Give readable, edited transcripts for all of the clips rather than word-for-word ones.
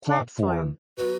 platform.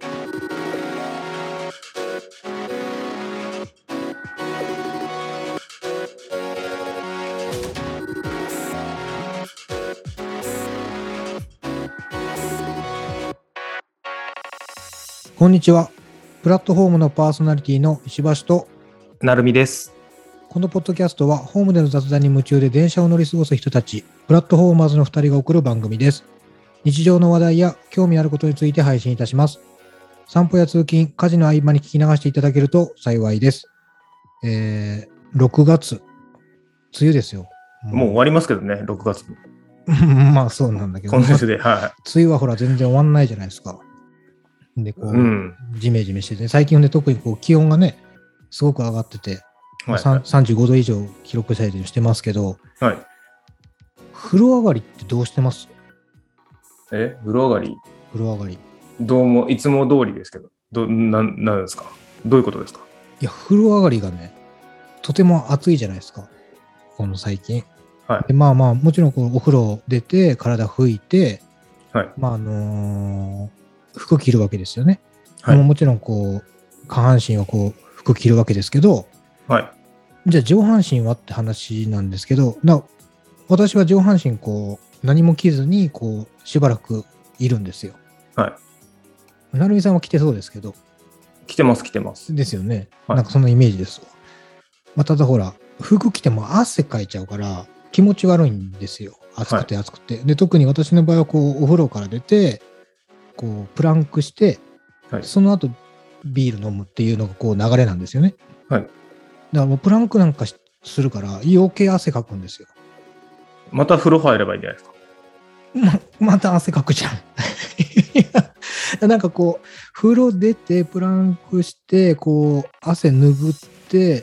こんにちは。プラットフォームのパーソナリティの石橋となるみです。 このポッドキャストはホームでの雑談に夢中で電車を乗り過ごす人たち、プラットフォーマーズの2人が送る番組です。日常の話題や興味あることについて配信いたします。散歩や通勤、家事の合間に聞き流していただけると幸いです。6月、梅雨ですよ。 もう終わりますけどね、6月も。 まあそうなんだけど、 今週で、はい。 梅雨はほら全然終わんないじゃないですか。で、こう、ジメジメしてて、最近はね、特にこう気温がね、すごく上がってて、 はい、 35度以上記録されてしてますけど、 はい。 風呂上がりってどうしてます？ 風呂上がり？ 風呂上がり。 どうも、いつも通りですけど、なんですか？どういうことですか？ いや、風呂上がりがね、とても暑いじゃないですか、この最近。 はい。 でまあまあ、もちろんこうお風呂出て、体拭いて、 はい。 まあ服着るわけですよね。 はい。 もちろんこう、下半身はこう、服着るわけですけど、 はい。 じゃあ上半身はって話なんですけど、私は上半身こう、何も着ずにこう、しばらくいるんですよ。 はい。 なるみさんは着てそうですけど。 着てます。 ですよね。 はい、 なんかそのイメージですわ。まあ、ただほら、服着ても汗かいちゃうから気持ち悪いんですよ。暑くて暑くて。はい、で、特に私の場合はこう、お風呂から出て、こう、プランクして、はい、その後ビール飲むっていうのがこう流れなんですよね。 はい。 だからもうプランクなんかするから余計汗かくんですよ。 また風呂入ればいいんじゃないですか。 また汗かくじゃん。なんかこう、風呂出て、プランクして、こう、汗拭って、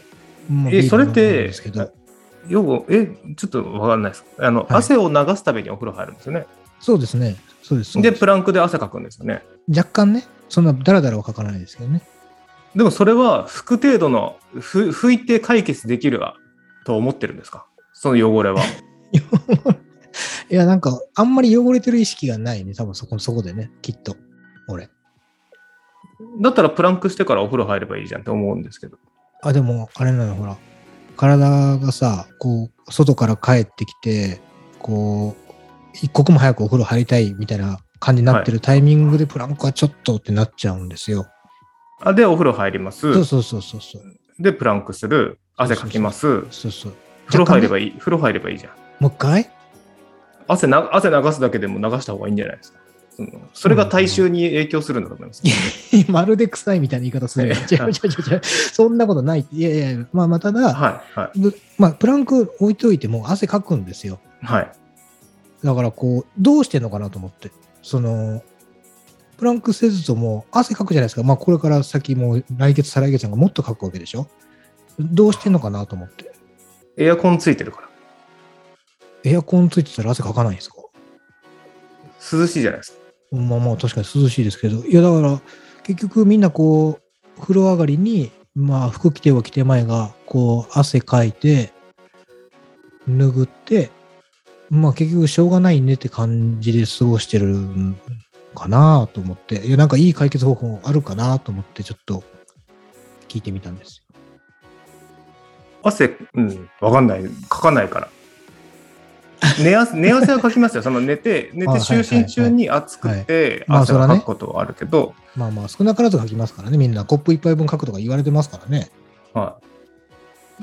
それって、ちょっとわかんないです。はい、汗を流すためにお風呂入るんですよね。 そうですね。そうです。 で、プランクで汗かくんですよね。 若干ね、そんなダラダラはかかないですけどね。 でもそれは、拭く程度の、拭いて解決できると思ってるんですか？その汚れは。 いや、なんか、あんまり汚れてる意識がないね。多分そこでね、きっと。俺。 だったらプランクしてからお風呂入ればいいじゃんって思うんですけど。 あ、でも、あれなの、ほら。体がさ、こう、外から帰ってきて、こう、一刻も早くお風呂入りたいみたいな感じになってるタイミングでプランクはちょっとってなっちゃうんですよ。 で、お風呂入ります。 そう。 で、プランクする。汗かきます。 そう。 風呂入ればいい。風呂入ればいいじゃん。 もう一回汗流すだけでも流した方がいいんじゃないですか。それが体臭に影響するんだと思います。 まるで臭いみたいな言い方する。違う。そんなことないって。いや、まあ、ただ、まあ、プランク置いといても汗かくんですよ。 はい。 だから、こう、どうしてんのかなと思って。プランクせずとも汗かくじゃないですか。まあ、これから先も来月、再来月なんかもっとかくわけでしょ。どうしてんのかなと思って。 エアコンついてるから。 エアコンついてたら汗かかないんですか？ 涼しいじゃないですか。 まあ確かに涼しいですけど、いやだから結局みんなこう風呂上がりにまあ服着ては着てまいがこう汗かいて拭ってまあ結局しょうがないねって感じで過ごしてるんかなと思って、いやなんかいい解決方法あるかなと思ってちょっと聞いてみたんですよ。 汗わかんない、かかないから。寝汗はかきますよ。寝て就寝中に暑くて汗をかくことはあるけど、 まあ少なからずかきますからね。みんなコップ一杯分かくとか言われてますからね。 はい。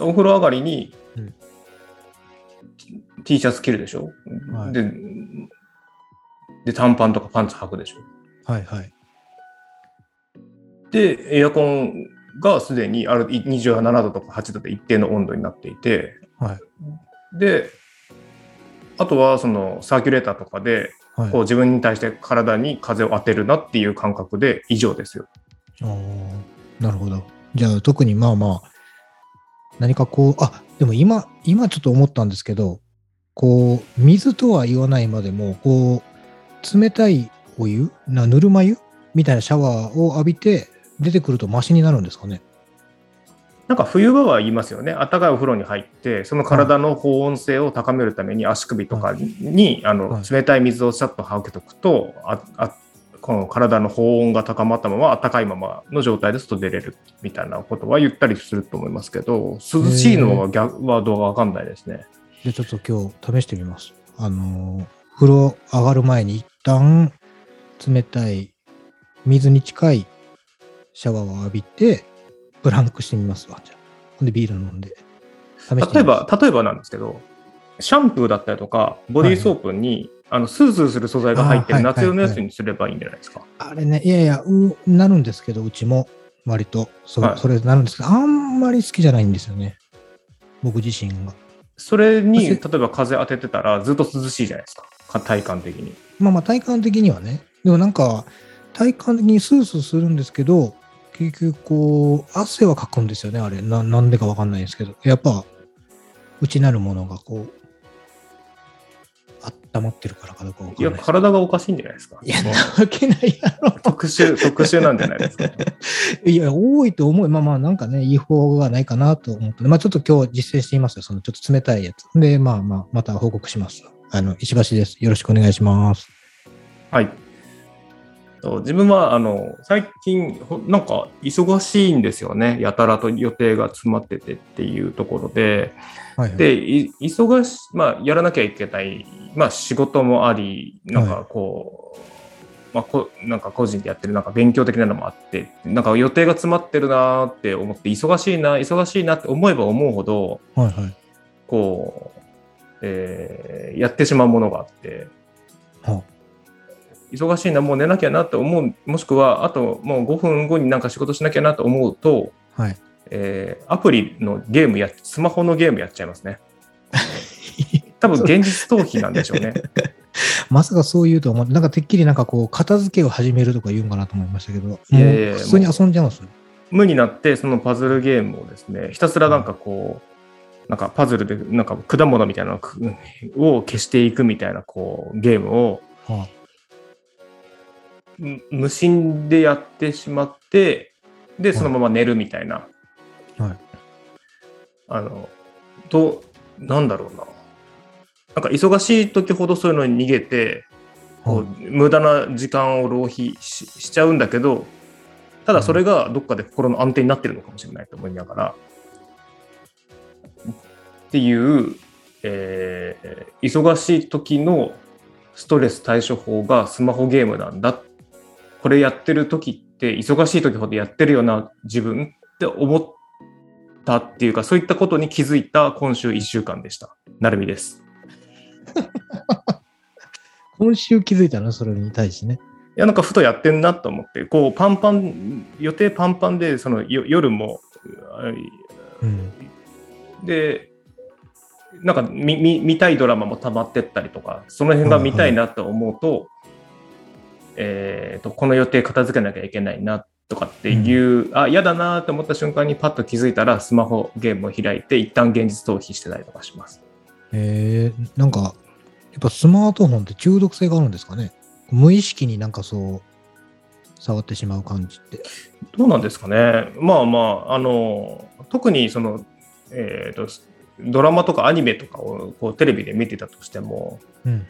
お風呂上がりに、T シャツ着るでしょ。はい、で短パンとかパンツ履くでしょ。 はい。 でエアコンがすでにある27度とか8度で一定の温度になっていて、 はい、 であとはそのサーキュレーターとかでこう自分に対して体に風を当てるなっていう感覚で以上ですよ。 なるほど。じゃあ特にまあ何かこうでも今ちょっと思ったんですけど、こう水とは言わないまでもこう冷たいお湯ぬるま湯みたいなシャワーを浴びて出てくるとマシになるんですかね。 なんか冬場は言いますよね。暖かいお風呂に入ってその体の保温性を高めるために足首とかに、冷たい水をシャッとはけとくとこの体の保温が高まったまま暖かいままの状態で外出れるみたいなことは言ったりすると思いますけど、涼しいのは逆はどうかわかんないですね。 じゃあちょっと今日試してみます。風呂上がる前に一旦冷たい水に近いシャワーを浴びてプランクしてみますわ。じゃあほんでビール飲んで試してみます。 例えばなんですけど、シャンプーだったりとかボディーソープに、スースーする素材が入ってる夏用のやつにすればいいんじゃないですか。 あれね、いやなるんですけど、うちも割とそれなるんですけど、あんまり好きじゃないんですよね、僕自身が。 それに例えば風当ててたらずっと涼しいじゃないですか、体感的に。 まあ体感的にはね。でもなんか体感的にスースーするんですけど、結局こう汗はかくんですよね、あれ。なんでかわかんないですけど、やっぱ内なるものがこう温まってるからかどうかわかんない。 いや、体がおかしいんじゃないですか。 いや、なわけないやろ。 特殊なんじゃないですか。 いや、多いと思う。まあなんかね、違法がないかなと思って、ちょっと今日実践してみますよ。そのちょっと冷たいやつ。で、また報告します。石橋です。よろしくお願いします。 はい。自分は最近なんか忙しいんですよね。やたらと予定が詰まっててっていうところで、で忙しやらなきゃいけない、仕事もあり、なんかこう、なんか個人でやってるなんか勉強的なのもあって、なんか予定が詰まってるなって思って忙しいなって思えば思うほど、こう、やってしまうものがあって。忙しいな、もう寝なきゃなと思う、もしくはあともう5分後になんか仕事しなきゃなと思うと、アプリのゲームスマホのゲームやっちゃいますね。多分現実逃避なんでしょうね。 まさかそう言うと思う。なんかてっきりなんかこう片付けを始めるとか言うんかなと思いましたけど、普通に遊んじゃいます。 無になってそのパズルゲームをですね、ひたすらなんかこう、なんかパズルでなんか果物みたいなのを消していくみたいなこうゲームを、無心でやってしまって、でそのまま寝るみたいな、なんだろうな、なんか忙しい時ほどそういうのに逃げて、こう無駄な時間を浪費 しちゃうんだけど、ただそれがどっかで心の安定になってるのかもしれないと思いながらっていう、忙しい時のストレス対処法がスマホゲームなんだ。これやってる時って忙しい時ほどやってるよな自分って思ったっていうか、そういったことに気づいた今週1週間でした。なるみです。 今週気づいたの、それに対してね。 いや、なんかふとやってんなと思って、こう予定パンパンで、その夜も、でなんか見たいドラマも溜まってったりとか、その辺が見たいなと思うと、この予定片付けなきゃいけないなとかっていう、嫌だなと思った瞬間にパッと気づいたらスマホゲームを開いて一旦現実逃避してたりとかします。 なんかやっぱスマートフォンって中毒性があるんですかね。無意識になんかそう触ってしまう感じってどうなんですかね。特にその、ドラマとかアニメとかをこうテレビで見てたとしても、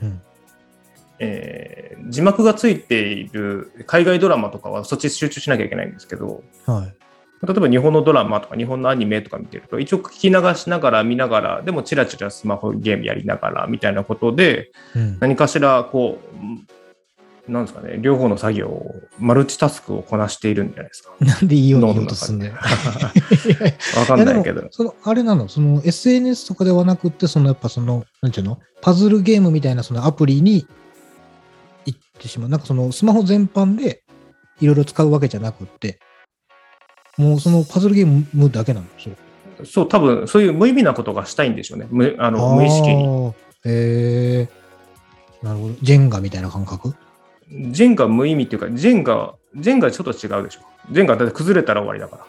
字幕がついている海外ドラマとかはそっち集中しなきゃいけないんですけど、例えば日本のドラマとか日本のアニメとか見てると、一応聞き流しながら見ながら、でもチラチラスマホゲームやりながらみたいなことで、何かしらこうなんですかね、両方の作業をマルチタスクをこなしているんじゃないですか。 なんでいいように言おうとすんねん。わかんないけど。 あれなの、その SNS とかではなくって、そのやっぱその、なんていうの、パズルゲームみたいなそのアプリに行ってしまう。なんかそのスマホ全般でいろいろ使うわけじゃなくって、もうそのパズルゲームだけなの？ そう、多分そういう無意味なことがしたいんでしょうね。無意識に。 なるほど。ジェンガみたいな感覚？ ジェンガ無意味っていうか、ジェンガちょっと違うでしょ。ジェンガだって崩れたら終わりだから。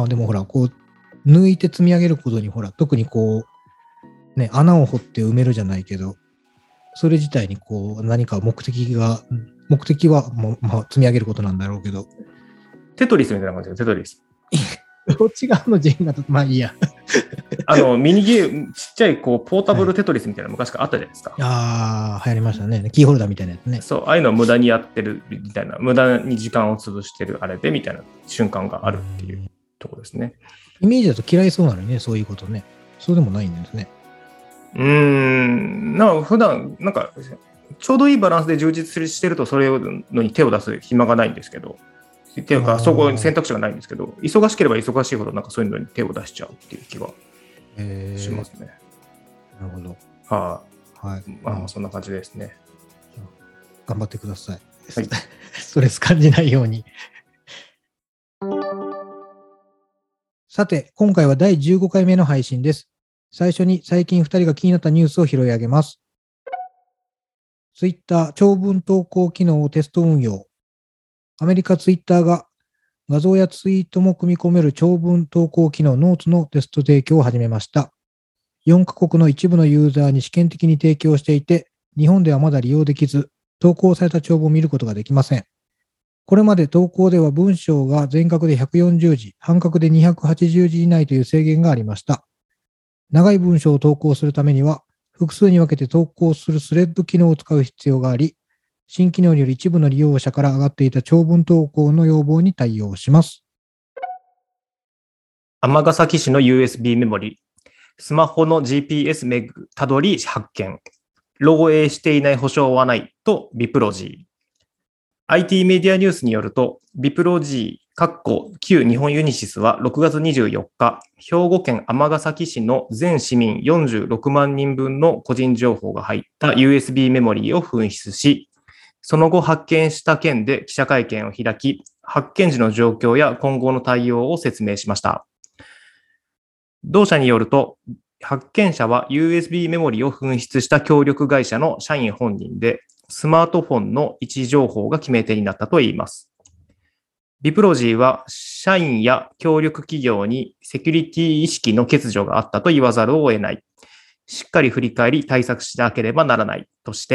でもほら、こう、抜いて積み上げることに、ほら、特にこう、ね、穴を掘って埋めるじゃないけど、それ自体にこう、何か目的は、積み上げることなんだろうけど。 テトリスみたいな感じで、テトリス。 どっち側のジェンガと、まあいいや。 ミニゲーム、ちっちゃいこうポータブルテトリスみたいなの昔からあったじゃないですか。 ああ、流行りましたね。キーホルダーみたいなやつね。 そう、ああいうのを無駄にやってるみたいな、無駄に時間を潰してるあれでみたいな瞬間があるっていうところですね。 イメージだと嫌いそうなのにね、そういうことね。そうでもないんですね。 普段、なんか、ちょうどいいバランスで充実してると、それのに手を出す暇がないんですけど、っていうか、そこに選択肢がないんですけど、忙しければ忙しいほど、なんかそういうのに手を出しちゃうっていう気がしますね。 なるほど。 はい。まあ、そんな感じですね。 頑張ってください。 はい、 ストレス感じないように。さて、今回は第15回目の配信です。最初に最近2人が気になったニュースを拾い上げます。Twitter 長文投稿機能をテスト運用。アメリカ Twitter が画像やツイートも組み込める長文投稿機能ノーツのテスト提供を始めました。4カ国の一部のユーザーに試験的に提供していて、日本ではまだ利用できず、投稿された長文を見ることができません。これまで投稿では文章が全角で140字、半角で280字以内という制限がありました。長い文章を投稿するためには、複数に分けて投稿するスレッド機能を使う必要があり、新機能により一部の利用者から上がっていた長文投稿の要望に対応します。 尼崎市の USB メモリ、スマホの GPS メグたどり発見、漏洩していない保証はないとビプロジー。IT メディアニュースによると、ビプロジー、旧日本ユニシスは6月24日、兵庫県尼崎市の全市民46万人分の個人情報が入った USB メモリーを紛失し、その後発見した件で記者会見を開き、発見時の状況や今後の対応を説明しました。同社によると、発見者は USB メモリーを紛失した協力会社の社員本人で、スマートフォンの位置情報が決め手になったといいます。ビプロジーは社員や協力企業にセキュリティ意識の欠如があったと言わざるを得ない。しっかり振り返り対策しなければならないとして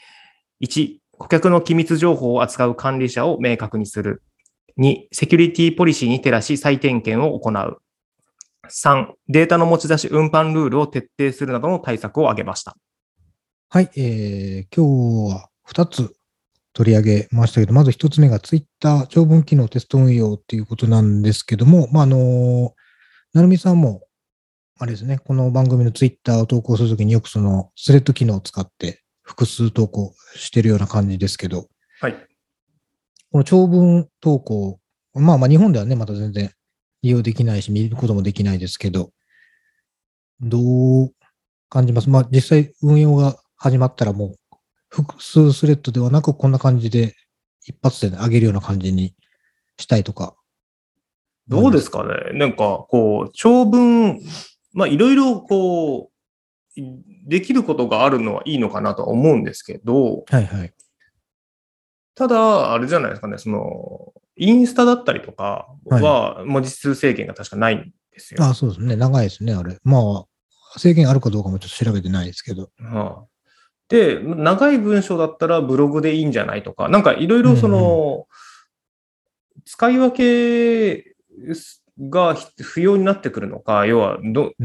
、1、顧客の機密情報を扱う管理者を明確にする。2、セキュリティポリシーに照らし再点検を行う。3、データの持ち出し運搬ルールを徹底するなどの対策を挙げました。 はい、今日は2つ取り上げましたけど、まず1つ目が Twitter 長文機能テスト運用っていうことなんですけども、なるみさんも、あれですね、この番組の Twitter を投稿するときによくそのスレッド機能を使って複数投稿してるような感じですけど、 はい。 この長文投稿、まあ日本ではね、また全然利用できないし、見ることもできないですけど、どう感じます？実際運用が始まったらもう複数スレッドではなくこんな感じで一発で上げるような感じにしたいとか。 どうですかね。なんか長文、いろいろできることがあるのはいいのかなと思うんですけど、 はいはい。 ただ、あれじゃないですかね、インスタだったりとかは文字数制限が確かないんですよ。 そうですね。長いですね、あれ。制限あるかどうかもちょっと調べてないですけど。 で、長い文章だったらブログでいいんじゃないとか、なんかいろいろ使い分けが不要になってくるのか、要は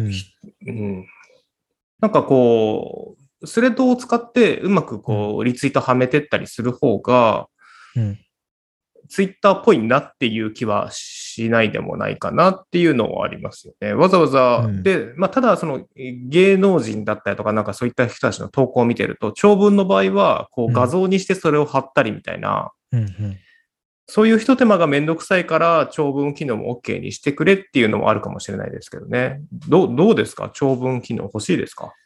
なんかスレッドを使ってうまくリツイートはめてったりする方が、ツイッターっぽいなっていう気はしないでもないかなっていうのはありますよね。わざわざ、で、ただ芸能人だったりとか、なんかそういった人たちの投稿を見てると、長文の場合は画像にしてそれを貼ったりみたいな、そういう一手間がめんどくさいから長文機能も OK にしてくれっていうのもあるかもしれないですけどね。どうですか？長文機能欲しいですか？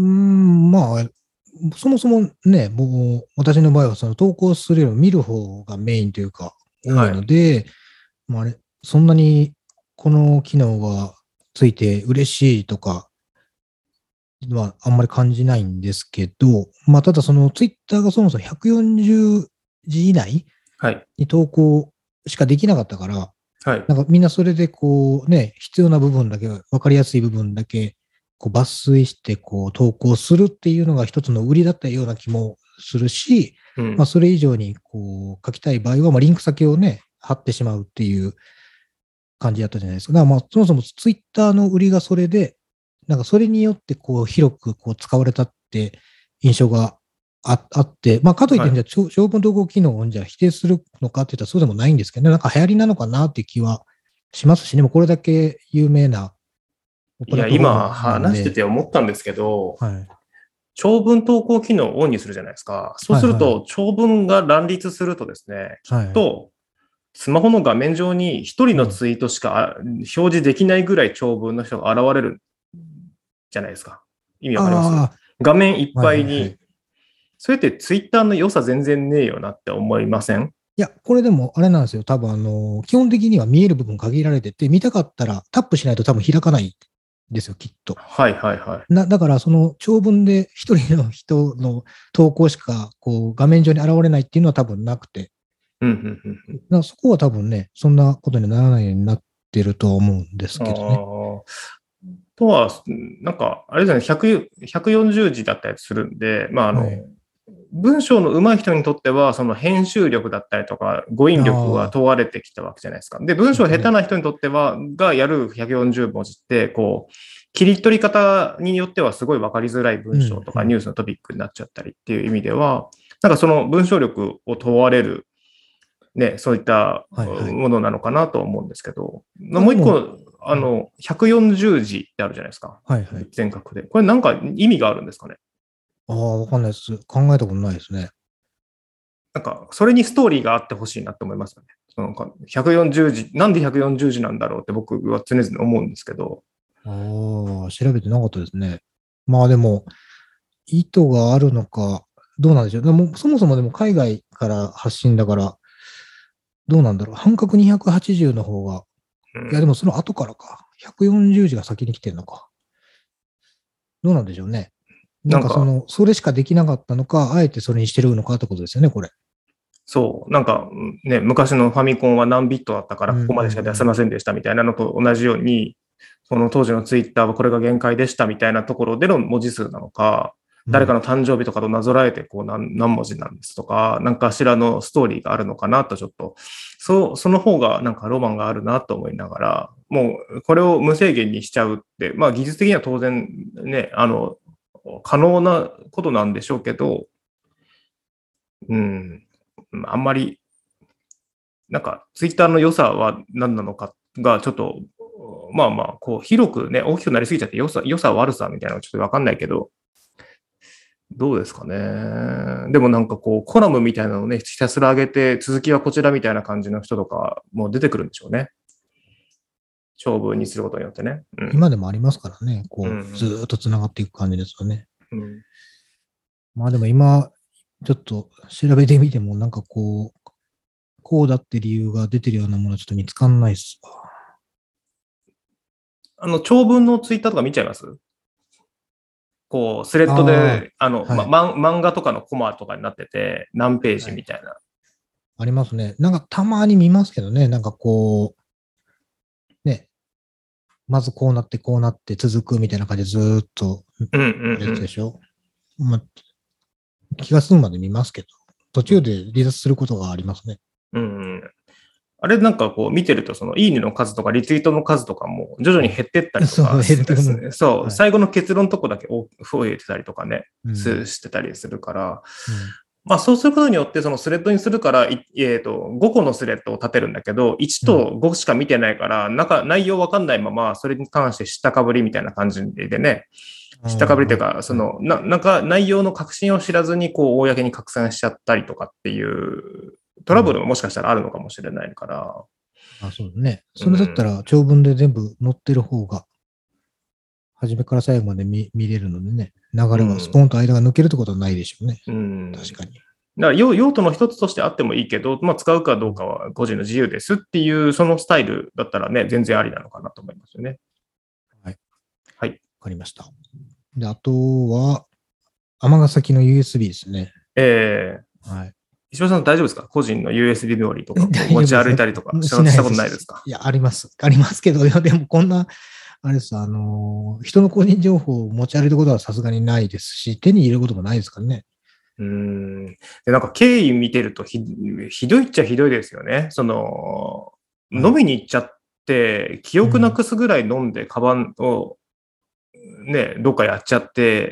そもそもね、もう私の場合はその投稿するよりも見る方がメインというか多いので、そんなにこの機能がついて嬉しいとかはあんまり感じないんですけど、ただそのツイッターがそもそも140字以内に投稿しかできなかったから、なんかみんなそれで必要な部分だけ、わかりやすい部分だけ抜粋して投稿するっていうのが一つの売りだったような気もするし、それ以上に書きたい場合はリンク先をね貼ってしまうっていう感じだったじゃないですか。だからまあ、そもそもツイッターの売りがそれで、なんかそれによってこう広くこう使われたって印象があって、まあ、かといってじゃあ長文投稿機能をじゃあ否定するのかって言ったらそうでもないんですけどね、なんか流行りなのかなっていう気はしますしね、もうこれだけ有名なプいや、 ラットフォー今ムなんで。 話してて思ったんですけど、 はい。 長文投稿機能をオンにするじゃないですか。そうはいはい。 すると、長文が乱立するとですね、きっはい。 と、スマホの画面上に一人うん。 のツイートしか表示できないぐらい長文の人が現れるじゃないですか。意味わかります？ あ画面いっあ、はいぱいに。 はいはい。 それってツイッターの良さ全然ねえよなって思いません？ いや、これでもあれなんですよ。多分基本的には見える部分限られてて、見たかったらタップしないと多分開かないんですよ、きっと。 はいはいはい。 だからその長文で一人の人の投稿しかこう画面上に現れないっていうのは多分なくて、 うんうんうんうん。 だからそこは多分ね、そんなことにならないようになってるとは思うんですあけどね。 ーとは、なんか、あれですね、140字だったりするんで、まあ、 はい。 文章の上手い人にとっては、その編集力だったりとか、語彙力がああ、 問われてきたわけじゃないですか。で、文章下手そうですね。 な人にとっては、がやる140文字って、こう、切り取り方によってはすごい分かりづらい文章とかニュースのトピックになっちゃったりっていう意味では、なんかその文章力を問われる、ね、そういったはいはい。 ものなのかなと思うんですけど、 まあでも、 もう一個、140字ってあるじゃないですか。 はいはい。 全角で。これなんか意味があるんですかね？ ああ、わかんないです。考えたことないですね。 なんか、それにストーリーがあってほしいなって思いますよね。なんか140字、なんで140字なんだろうって僕は常々思うんですけど。 ああ、調べてなかったですね。まあでも、意図があるのか、どうなんでしょう。でも、そもそもでも海外から発信だから、どうなんだろう。半角280の方が、いやでうん、 もその後からか。140字が先に来てるのか。どうなんでしょうね。なんなんか、 かそれしかできなかったのか、あえてそれにしてるのかってことですよね、これ。 そう、なんかね、昔のファミコンは何ビットだったからうんうんここまでしか出せうん。 ませんでしたみたいなのと同じように、その当時のツイッターはこれが限界でしたみたいなところでの文字数なのか、誰かうん。 の誕生日とかとなぞらえてこう何文字なんですとか、何かしらのストーリーがあるのかなとちょっと、その方がなんかロマンがあるなと思いながら、もうこれを無制限にしちゃうって、まあ技術的には当然ね、可能なことなんでしょうけど、うん、あんまりなんかツイッターの良さは何なのかがちょっと、まあまあ、こう広くね、大きくなりすぎちゃって良さ悪さみたいなのはちょっとわかんないけど、どうですかね。でもなんかこう、コラムみたいなのをね、ひたすら上げて、続きはこちらみたいな感じの人とかも出てくるんでしょうね。長文にすることによってね。うん。 今でもありますからね。 うこう、ずん。 ーっと繋がっていく感じですよね。 うん。 まあでも今、ちょっと調べてみても、なんかこうだって理由が出てるようなものはちょっと見つかんないっすわ。 長文のツイッターとか見ちゃいます？こう、スレッドあで、 あ、はい。 漫画とかのコマとかになってて、何ページはい。 みたいな。 ありますね。なんかたまに見ますけどね。なんかこう、ね、まずこうなってこうなって続くみたいな感じでずーっとうんうんうやつでん。 しょ。まあ、気が済むまで見ますけど、途中で離脱することがありますね。 うん。あれなんかこう見てると、そのいいねの数とかリツイートの数とかも徐々に減ってったりとそう、 か、 減ってくる。 そう、 はい。 最後の結論のとこだけ増えてたりとかね、 うん。 してたりするから、 うん。 まあそうすることによって、そのスレッドにするから、5個のスレッドを立てるんだけど、1 うん。 と5しか見てないから、内容わかんないまま、それに関して知ったかぶりみたいな感じでね、知ったかぶりというか、 はい。 なんか内容の確信を知らずに、こう、公に拡散しちゃったりとかっていうトラブうん。 ルももしかしたらあるのかもしれないから、 あ、そうですね。 うそれだったん、 ら長文で全部載ってる方が、初めから最後まで見れるのでね、流れがスポうん、 ンと間が抜けるってことはないでしょうね。 うん。 確かに。 だから用途の一つとしてあってもいいけど、まあ、使うかどうかは個人の自由ですっていう、そのスタイルだったらね、全然ありなのかなと思いますよね。 はい。わはい。 かりました。で、あとは、尼崎の USB ですね。 えはい。 石橋さん大丈夫ですか？個人の USB メモリーとかこう持ち大丈夫ですよ。 歩いたりとかしたことしないですないですか？ いや、あります。ありますけど、いやでもこんな、あれです、人の個人情報を持ち歩いたことはさすがにないですし、手に入れることもないですからね。 で、なんか経緯見てるとひどいっちゃひどいですよね。 はい。 飲みに行っちゃって、記憶なくすぐらい飲んで、カバンをね、どっかやっちゃって、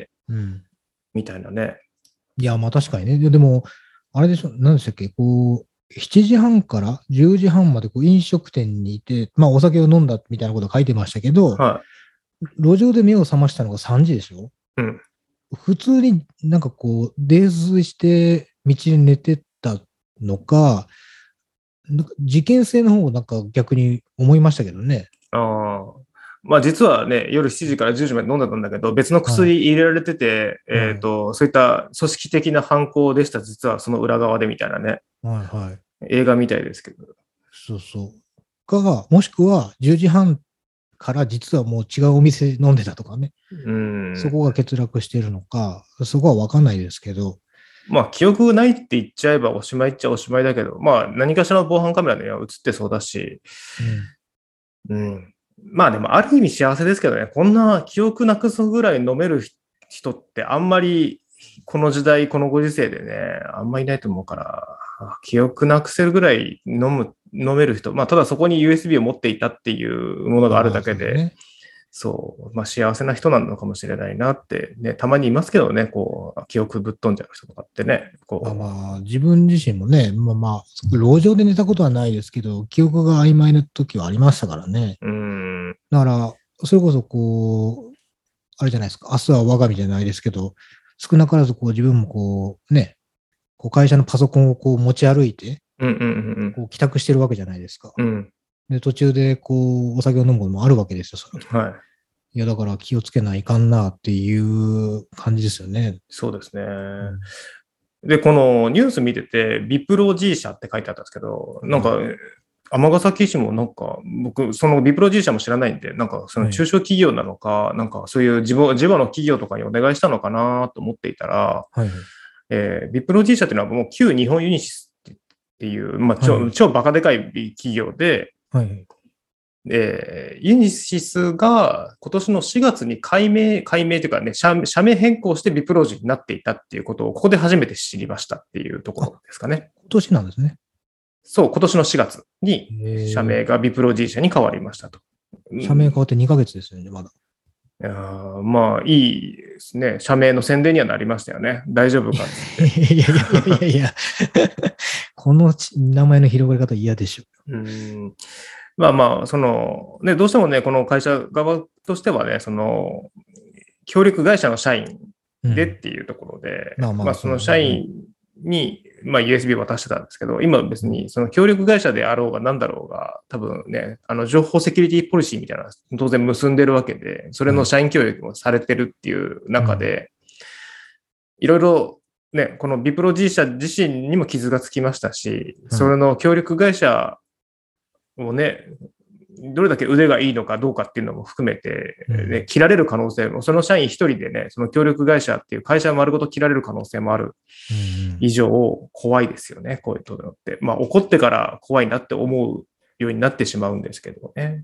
みたいなね。 いや、まあ確かにね。でも、あれでしょ、何でしたっけ、7時半から10時半まで飲食店にいて、まあお酒を飲んだみたいなこと書いてましたけど、路上で目を覚ましたのが3時でしょ。普通になんか泥酔して道に寝てたのか、事件性の方をなんか逆に思いましたけどね。 まあ実はね、夜7時から10時まで飲んでたんだけど、別の薬入れられてて、そういった組織的な犯行でした、実はその裏側でみたいなね。映画みたいですけど。 そうそう。もしくは10時半から実はもう違うお店飲んでたとかね。そこが欠落してるのか、そこは分かんないですけど。 まあ記憶ないって言っちゃえばおしまいっちゃおしまいだけど、まあ何かしらの防犯カメラには映ってそうだし、まあでもある意味幸せですけどね、こんな記憶なくすぐらい飲める人ってあんまりこの時代、このご時世でね、あんまりいないと思うから、記憶なくせるぐらい飲める人、まあただそこに USB を持っていたっていうものがあるだけで、まあ幸せな人なのかもしれないなってね、たまにいますけどね、記憶ぶっ飛んじゃう人とかってね。 まあ自分自身もね、路上で寝たことはないですけど、記憶が曖昧な時はありましたからね。だから、それこそあれじゃないですか、明日は我が身じゃないですけど、少なからず自分も会社のパソコンを持ち歩いて、帰宅してるわけじゃないですか。で、途中でお酒を飲むこともあるわけですよ、それは。いや、だから気をつけないかんなっていう感じですよね。 そうですね。で、このニュース見てて、ビプロ G 社って書いてあったんですけど、なんか、尼崎市もなんか、僕、そのビプロ G 社も知らないんで、なんかその中小企業なのか、なんかそういう地場の企業とかにお願いしたのかなと思っていたら、ビプロ G 社っていうのはもう旧日本ユニシスっていう、まあ超バカでかい企業で、ユニシスが今年の4月に改名というかね、社名変更してビプロジーになっていたっていうことを、ここで初めて知りましたっていうところですかね。 今年なんですね。 そう、今年の4月に社名がビプロ G 社に変わりましたと。 社名変わって2ヶ月ですよね、まだ。 まあ、いいですね。社名の宣伝にはなりましたよね。大丈夫かっていや、この名前の広がり方嫌でしょ。 まあまあ、どうしてもね、この会社側としてはね、協力会社の社員でっていうところで、その社員に、USB を渡してたんですけど、今別にその協力会社であろうが何だろうが、多分ね、情報セキュリティポリシーみたいな当然結んでるわけで、それの社員教育もされてるっていう中で、いろいろね、このビプロ G 社自身にも傷がつきましたし、それの協力会社をね、どれだけ腕がいいのかどうかっていうのも含めて、切られる可能性も、その社員一人でね、その協力会社っていう会社丸ごと切られる可能性もある以上、怖いですよね、こういうことって。まあ、怒ってから怖いなって思うようになってしまうんですけどね。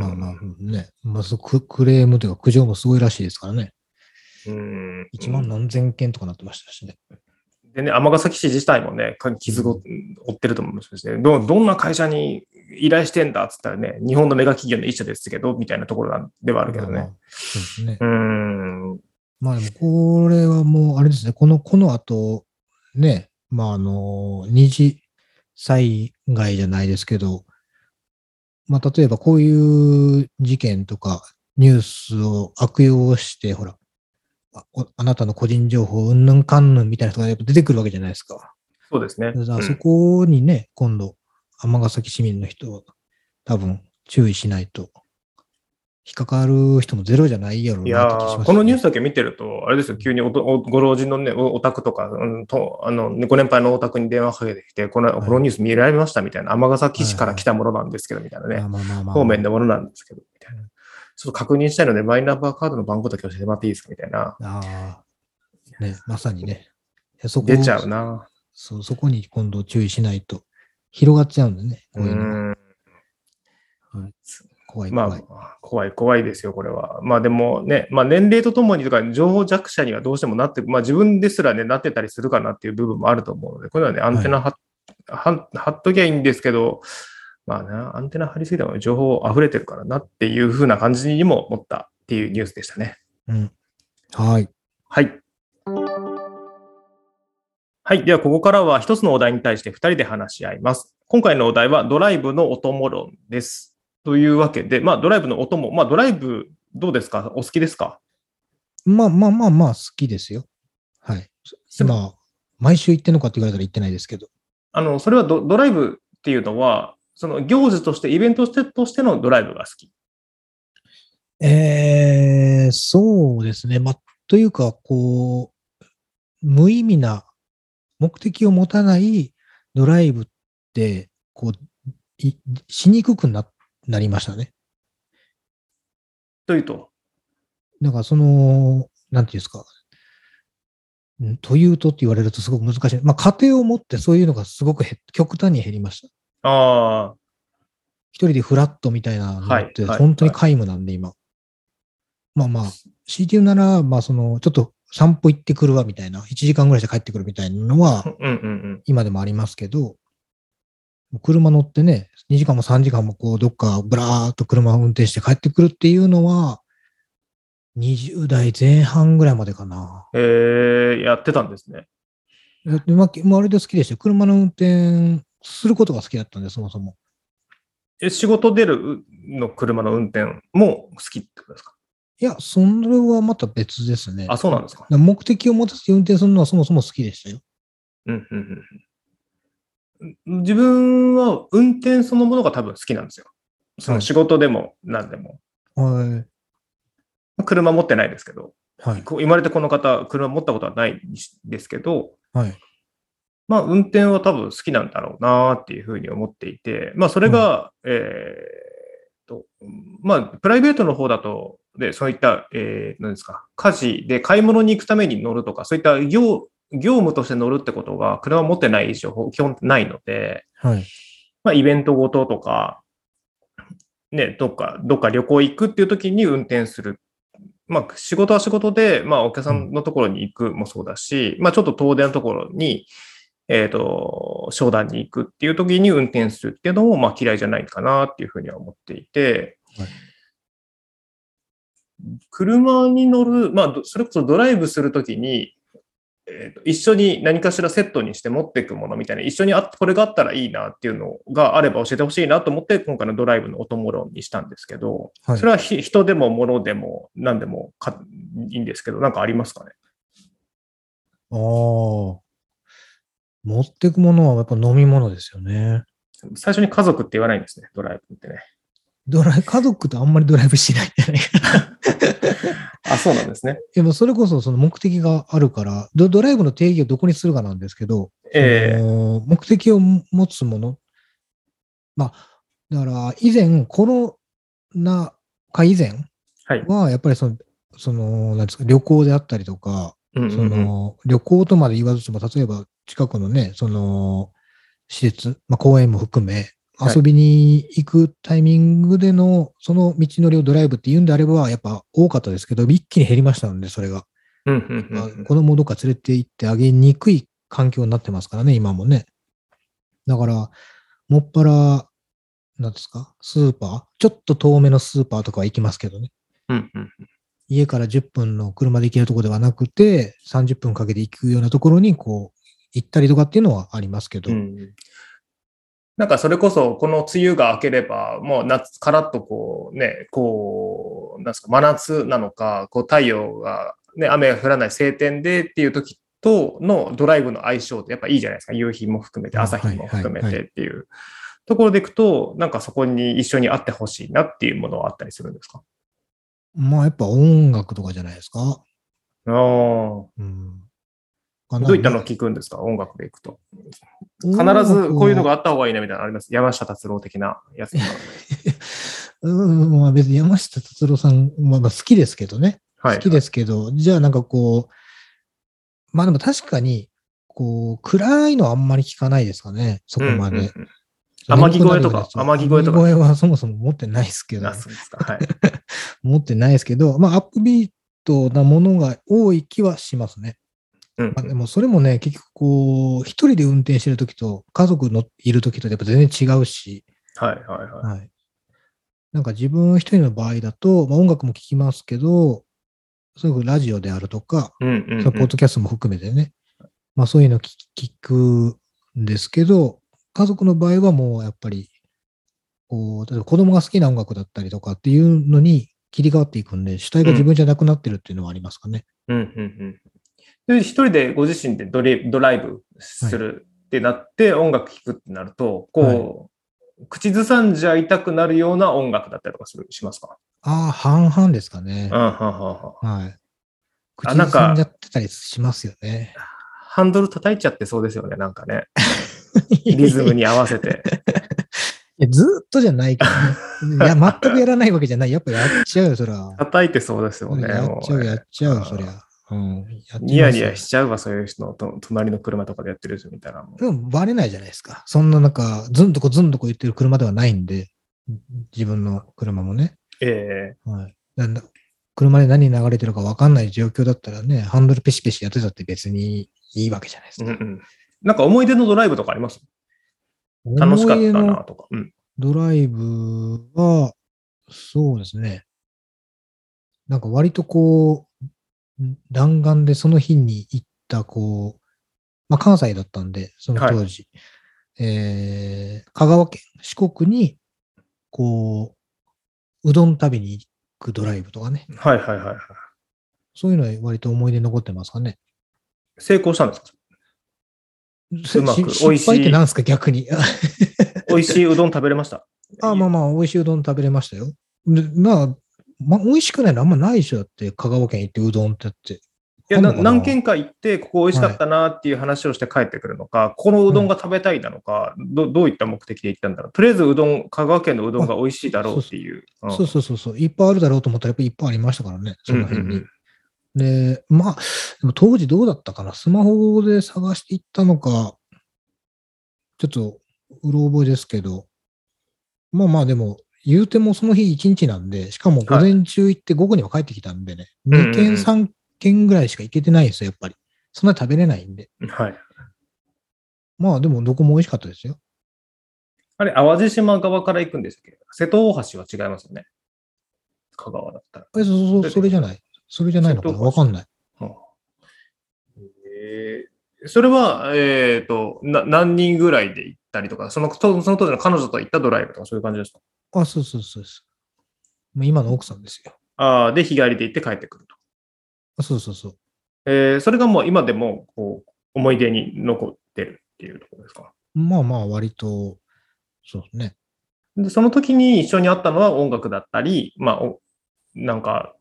クレームというか苦情もすごいらしいですからね。1万何千件とかなってましたしね。 でね、尼崎市自体もね、傷を負ってると思うんですね。どんな会社に依頼してんだっつったらね、日本のメガ企業の一社ですけど、みたいなところではあるけどね。 そうですね。まあでも、これはもう、あれですね、この後、ね、二次災害じゃないですけど、例えばこういう事件とか、ニュースを悪用して、ほら、あなたの個人情報うんぬんかんぬんみたいな人がやっぱ出てくるわけじゃないですか。 そうですね。 そこにね、今度、尼崎市民の人は多分注意しないと、引っかかる人もゼロじゃないやろうなって気がします、ね。 このニュースだけ見てると、あれですよ、急にご老人のね、お宅とか、ご年配のお宅に電話かけてきて、このニュース見られましたみたいな、尼崎市から来たものなんですけど、みたいなね、方面のものなんですけど、みたいな。ちょっと確認したいので、マイナンバーカードの番号だけ教えてもらっていいですかみたいな。 ね、まさにね。 出ちゃうな。 そこに今度注意しないと広がっちゃうんでね。こういうの怖いですよ、これは。まあでもね、年齢とともにとか、情報弱者にはどうしてもなって、自分ですらね、なってたりするかなっていう部分もあると思うので、これはね、アンテナ張っときゃいいんですけど、 まあな、アンテナ張りすぎても情報溢れてるからなっていう風な感じにも思ったっていうニュースでしたね。 うん。はい。 はい。はい。では、ここからは一つのお題に対して2人で話し合います。今回のお題はドライブのお供論です。というわけで、ドライブのお供、ドライブどうですか？お好きですか？ 好きですよ。はい。毎週行ってんのかって言われたら行ってないですけど。 それはドライブっていうのは、その行事として、イベントとしてのドライブが好き。 そうですね。というか、無意味な目的を持たないドライブって、しにくくなりましたね。 というと。 なんかなんていうんですか。というとって言われるとすごく難しい。家庭を持ってそういうのがすごく極端に減りました。 ああ。 一人でフラットみたいなのって本当に皆無なんで、今。強いて言うなら、ちょっと散歩行ってくるわみたいな、1時間ぐらいして帰ってくるみたいなのは、今でもありますけど、車乗ってね、2時間も3時間もどっかブラーっと車を運転して帰ってくるっていうのは、20代前半ぐらいまでかな。 やってたんですね。 あれで好きでしたよ。車の運転することが好きだったんで、そもそも。 仕事出るの車の運転も好きってことですか？ いや、それはまた別ですね。 あ、そうなんですか。 目的を持たせて運転するのはそもそも好きでしたよ。 自分は運転そのものが多分好きなんですよ。その仕事でも何でも。 はい。 車持ってないですけど、 はい、 生まれてこの方、車持ったことはないんですけど、 はい、 運転は多分好きなんだろうなっていうふうに思っていて、それが、プライベートの方だと、そういった、何ですか、家事で買い物に行くために乗るとか、そういった業務として乗るってことが、車を持ってない以上、基本ないので、 はい。 イベントごととか、ね、どっか旅行行くっていう時に運転する。仕事は仕事で、お客さんのところに行くもそうだし、ちょっと遠出のところに、商談に行くっていう時に運転するっていうのも、嫌いじゃないかなっていうふうには思っていて、はい、車に乗る、それこそドライブするときに、一緒に何かしらセットにして持っていくものみたいな、一緒にこれがあったらいいなっていうのがあれば教えてほしいなと思って、今回のドライブのお供論にしたんですけど、はい、それは人でも物でも何でもいいんですけど、なんかありますかね？ 持っていくものはやっぱ飲み物ですよね。 最初に家族って言わないんですね、ドライブってね。 家族とあんまりドライブしないんじゃないかな。 あ、そうなんですね。 でもそれこそその目的があるから、ドライブの定義をどこにするかなんですけど、目的を持つもの。だから以前、コロナ禍以前は、やっぱりなんですか、旅行であったりとか、旅行とまで言わずとも、例えば近くのね、施設、公園も含め、遊びに行くタイミングでの、その道のりをドライブって言うんであれば、やっぱ多かったですけど、一気に減りましたので、それが。子供をどっか連れて行ってあげにくい環境になってますからね、今もね。だから、もっぱら、なんですか、スーパー、ちょっと遠めのスーパーとかは行きますけどね。家から10分の車で行けるところではなくて、30分かけて行くようなところに、行ったりとかっていうのはありますけど。 なんかそれこそ、この梅雨が明ければ、もう夏、からっとなんですか、真夏なのか、太陽が、ね、雨が降らない晴天でっていう時とのドライブの相性ってやっぱいいじゃないですか。夕日も含めて、朝日も含めてっていうところでいくと、なんかそこに一緒にあってほしいなっていうものはあったりするんですか？ やっぱ音楽とかじゃないですか。 どういったのを聞くんですか？音楽でいくと。必ずこういうのがあった方がいいなみたいなのあります？山下達郎的なやつとか。 別に山下達郎さんは好きですけどね。好きですけど、じゃあなんかでも確かに、暗いのはあんまり聞かないですかね、そこまで。 天城越えとか。 天城越えはそもそも持ってないですけど。 そうですか。はい。 持ってないですけど、アップビートなものが多い気はしますね。でもそれもね、結局一人で運転してるときと家族のいるときとやっぱ全然違うし、 はいはいはい。 はい。なんか自分一人の場合だと、まあ、音楽も聴きますけど、すごくラジオであるとか、 うんうんそのポッうん。 ドキャストも含めてね、まあそういうの聞くんですけど、家族の場合はもうやっぱり、こう、例えば子供が好きな音楽だったりとかっていうのに切り替わっていくんで、主体が自分じゃなくなってるっていうのはありますかね。 うんうんうん。で、一人でご自身でドライブはい。 するってなって、音楽聴くってなると、 はい。 こう、口ずさんじゃいたくなるような音楽だったりとかしますか？ ああ、半々ですかうん、 ね。 はんはんはん。 はい。 あ、 口ずさんじゃなんか、 ってたりしますよね。 ハンドル叩いちゃってそうですよね、なんかね。 いリズムに合わせて。 やずーっとじゃないけどね。いや、全くやらないわけじゃない。やっぱやっちゃうよ、そら。 叩いてそうですよそれね、 やっちゃう、やっもうね。 ちゃう、そりゃ。うん。やってニヤニますよ。 ヤしちゃうわ、そういう人の隣の車とかでやってる人見たらもでもバレないじゃないですか。そんななんか、ずんどこ言ってる車ではないんで、自分の車もね。 う。ええ、 はい。車で何流れてるか分かんない状況だったらね、ハンドルペシペシやってたって別にいいわけじゃないですか。 うんうん。なんか思い出のドライブとかあります？楽し思かったい出のなとか。うん。 ドライブは、そうですね。なんか割とこう、弾丸でその日に行った、こう、まあ関西だったんで、そのはい。 当時、香川県、四国に、こう、うどん食べに行くドライブとかね。 はいはいはいはい。 そういうのは割と思い出に残ってますかね。 成功したんですか？うまく、 失敗ってなんですか、逆に。 美味しいうどん食べれました？ あ、まあまあ、美味しいうどん食べれましたよ。でまあ、美味しくないのあんまないでしょ。だって、香川県行ってうどんってやって。 いや、 あんのかな？ 何軒か行って、ここ美味しかはい。 ったなっていう話をして帰ってくるのか、このうどんはい。 が食べたいなのか、どういった目的で行ったんだろう。とりあえず香川県のうどんがあ、 美味しいだろそうそうっていう。 う。そう。いっぱいあるだろうと思ったら、やっぱりいっぱいありましたからね、 うんその辺に。 うんで、まあ、でも当時どうだったかな。スマホで探していったのか、ちょっと、うろ覚えですけど、まあまあでも、言うてもその日一日なんで、しかも午はい。 前中行って午後には帰ってきたんでね、 うん 2軒3軒ぐらいしか行けてないんですよ、やっぱり。そんなに食べれないんで。 はい。 まあでもどこも美味しかったですよ。 あれ、淡路島側から行くんですっけ？瀬戸大橋は違いますよね。香川だったら。 それじゃない。それじゃないのかな、 瀬戸大橋。 わかんない。 はあそれは、何人ぐらいで行ったりとか、その当時の彼女と行ったドライブとかそういう感じですか？ あ、そうです。もう今の奥さんですよ。 ああ、で、日帰りで行って帰ってくると。 あ、そう。 それがもう今でもこう思い出に残ってるっていうところですか？ まあまあ割と、そうですね。 で、その時に一緒にあったのは音楽だったり、まあ、なんか、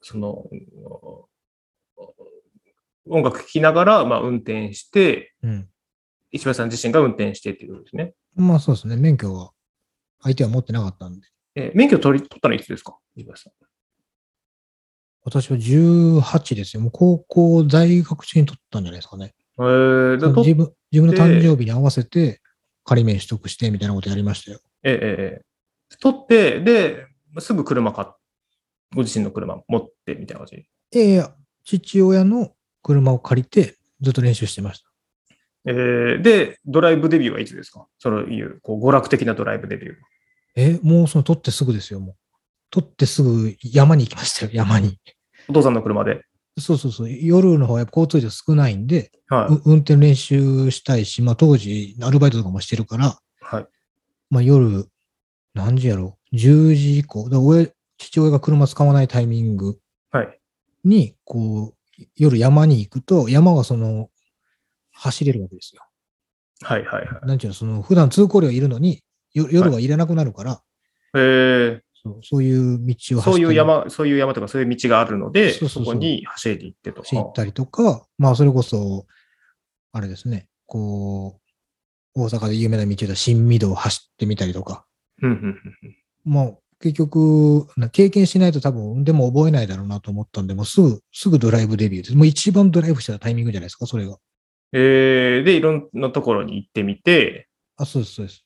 音楽聴きながら、まあ、運転して、 うん。 石橋さん自身が運転してっていうことですね。 まあそうですね。免許は相手は持ってなかったんで。 免許取ったのいつですか？石橋さん。 私は18ですよ。もう高校在学中に取ったんじゃないですかね。 で、取っ自分の誕生て、 日に合わせて仮免取得してみたいなことやりましたよ。 取って、で、すぐご自身の車持ってみたいな感じ。 いや、父親の車を借りてずっと練習してました。 で、ドライブデビューはいつですか？そういう、こう、娯楽的なドライブデビュー。 もうその取ってすぐですよ、もう。取ってすぐ山に行きましたよ、山に。 お父さんの車で。 そう。夜の方はやっぱ交通量少ないんで、 は運転練習したいし、まあ当時アルバイトとかもしてるから、 い。はい。 まあ夜、何時やろう、10時以降、父親が車使わないタイミングはい。 に、こう、夜山に行くと、山は走れるわけですよ。 はい。はい。はなんていうの、普段通行量いるのに、 い。はい。 夜はいらなくなるから、そういう道を走ったり、 そういう山とかそういう道があるので、そこそう、 に走りに行ってと。 走ったりとか、まあそれこそ、あれですね、こう、大阪で有名な道で新御堂を走ってみたりとか、 うんうんまあ結局、経験しないと多分、でも覚えないだろうなと思ったんで、もうすぐドライブデビューです。もう一番ドライブしたタイミングじゃないですか、それが。 で、いろんなところに行ってみて、 あ、そうです。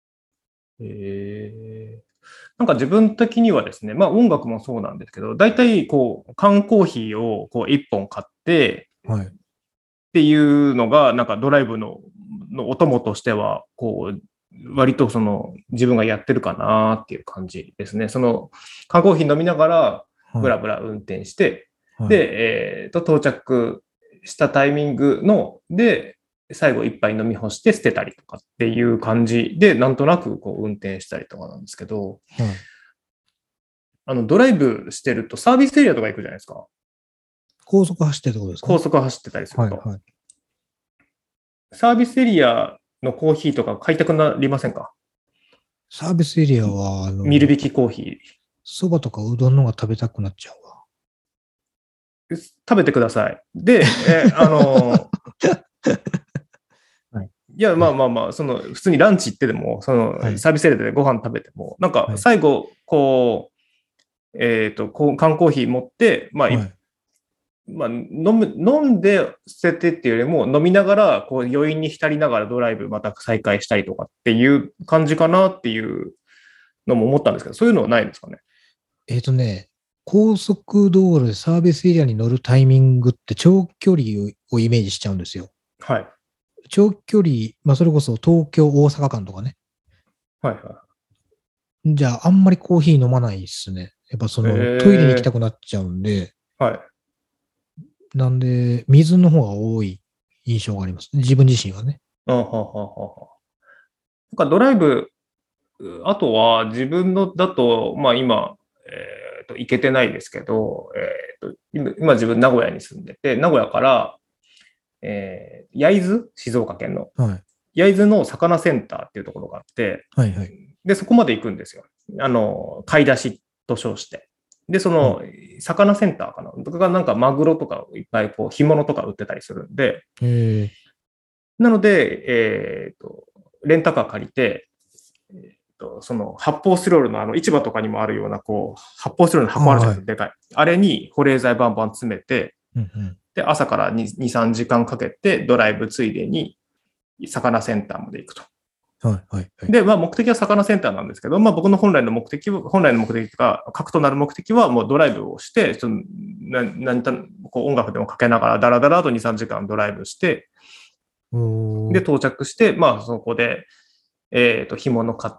なんか自分的にはですね、まあ音楽もそうなんですけど、大体こう、缶コーヒーをこう1本買って、 はい。 っていうのが、なんかドライブのお供としては、こう、 割とその自分がやってるかなっていう感じですね。その缶コーヒー飲みながらブラブラ運転して、で、到着したタイミングで、最後一杯飲み干して捨てたりとかっていう感じで、なんとなくこう運転したりとかなんですけど、ドライブしてるとサービスエリアとか行くじゃないですか。 高速走ってるってことですか？ 高速走ってたりすると。サービスエリアのコーヒーとか買いたくなりませんか？ サービスエリアは、 ミル引きコーヒー。 そばとかうどんのが食べたくなっちゃうわ。 食べてください。で、いや、まあ、その、普通にランチ行ってでも、その、サービスエリアでご飯食べても、なんか、最後、こう、缶コーヒー持って、飲んで捨ててっていうよりも、飲みながら、こう、余韻に浸りながらドライブまた再開したりとかっていう感じかなっていうのも思ったんですけど、そういうのはないんですかね？ 高速道路でサービスエリアに乗るタイミングって長距離をイメージしちゃうんですよ。 はい。 長距離、それこそ東京、大阪間とかね。 はいはい。 じゃあ、あんまりコーヒー飲まないですね。やっぱその、トイレに行きたくなっちゃうんで。 はい。 なんで、水の方が多い印象があります。自分自身はね。 なんかドライブ、あとは自分のだと、今、行けてないですけど、今自分名古屋に住んでて、名古屋から、焼津、静岡県の、焼津の魚センターっていうところがあって、で、そこまで行くんですよ。買い出しと称して。で、その、魚センターかな。とかなんかマグロとかいっぱいこう、干物とか売ってたりするんで、なので、レンタカー借りて、その発泡スチロールの市場とかにもあるようなこう発泡スチロールの箱あるじゃないですか、でかい。あれに保冷剤バンバン詰めて、で朝から2、3時間かけてドライブついでに魚センターまで行くと。で、目的は魚センターなんですけど、僕の本来の目的が、核となる目的はもうドライブをして、こう音楽でもかけながら、だらだらと2、3時間ドライブして、で、到着して、そこで、干物買って、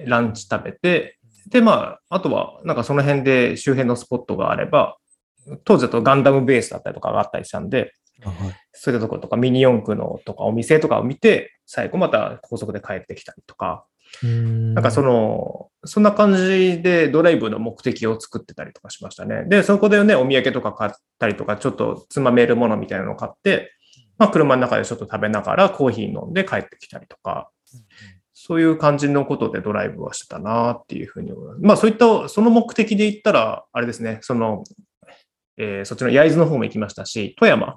ランチ食べて、で、あとは、なんかその辺で周辺のスポットがあれば、当時だとガンダムベースだったりとかがあったりしたんで、そういったところとかミニ四駆のとかお店とかを見て、最後また高速で帰ってきたりとか、なんかそんな感じでドライブの目的を作ってたりとかしましたね。で、そこでね、お土産とか買ったりとか、ちょっとつまめるものみたいなのを買って、車の中でちょっと食べながらコーヒー飲んで帰ってきたりとか、そういう感じのことでドライブはしてたなっていうふうに思います。そういった、その目的で言ったら、あれですね、そっちの焼津の方も行きましたし、富山。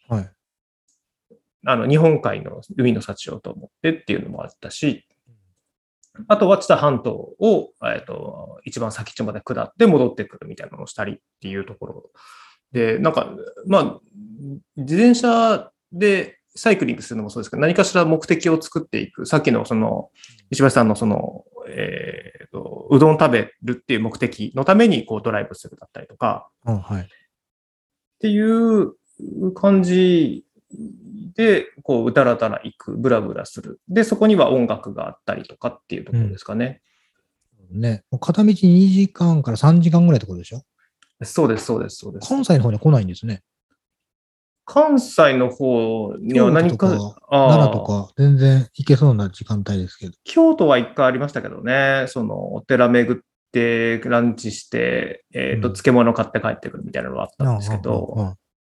日本海の海の幸をと思ってっていうのもあったし、あとは知多半島を、一番先っちょまで下って戻ってくるみたいなのをしたりっていうところで、なんか、自転車でサイクリングするのもそうですけど、何かしら目的を作っていく。さっきのその、石橋さんのその、うどん食べるっていう目的のためにこうドライブするだったりとか、っていう感じで、こう、うたらたら行く、ブラブラする。で、そこには音楽があったりとかっていうところですかね。 片道2時間から3時間ぐらいってことでしょ？ そうです。 関西の方には来ないんですね。 関西の方には何か、 奈良とか全然行けそうな時間帯ですけど。 京都は一回ありましたけどね、そのお寺巡ってランチして、漬物買って帰ってくるみたいなのがあったんですけど、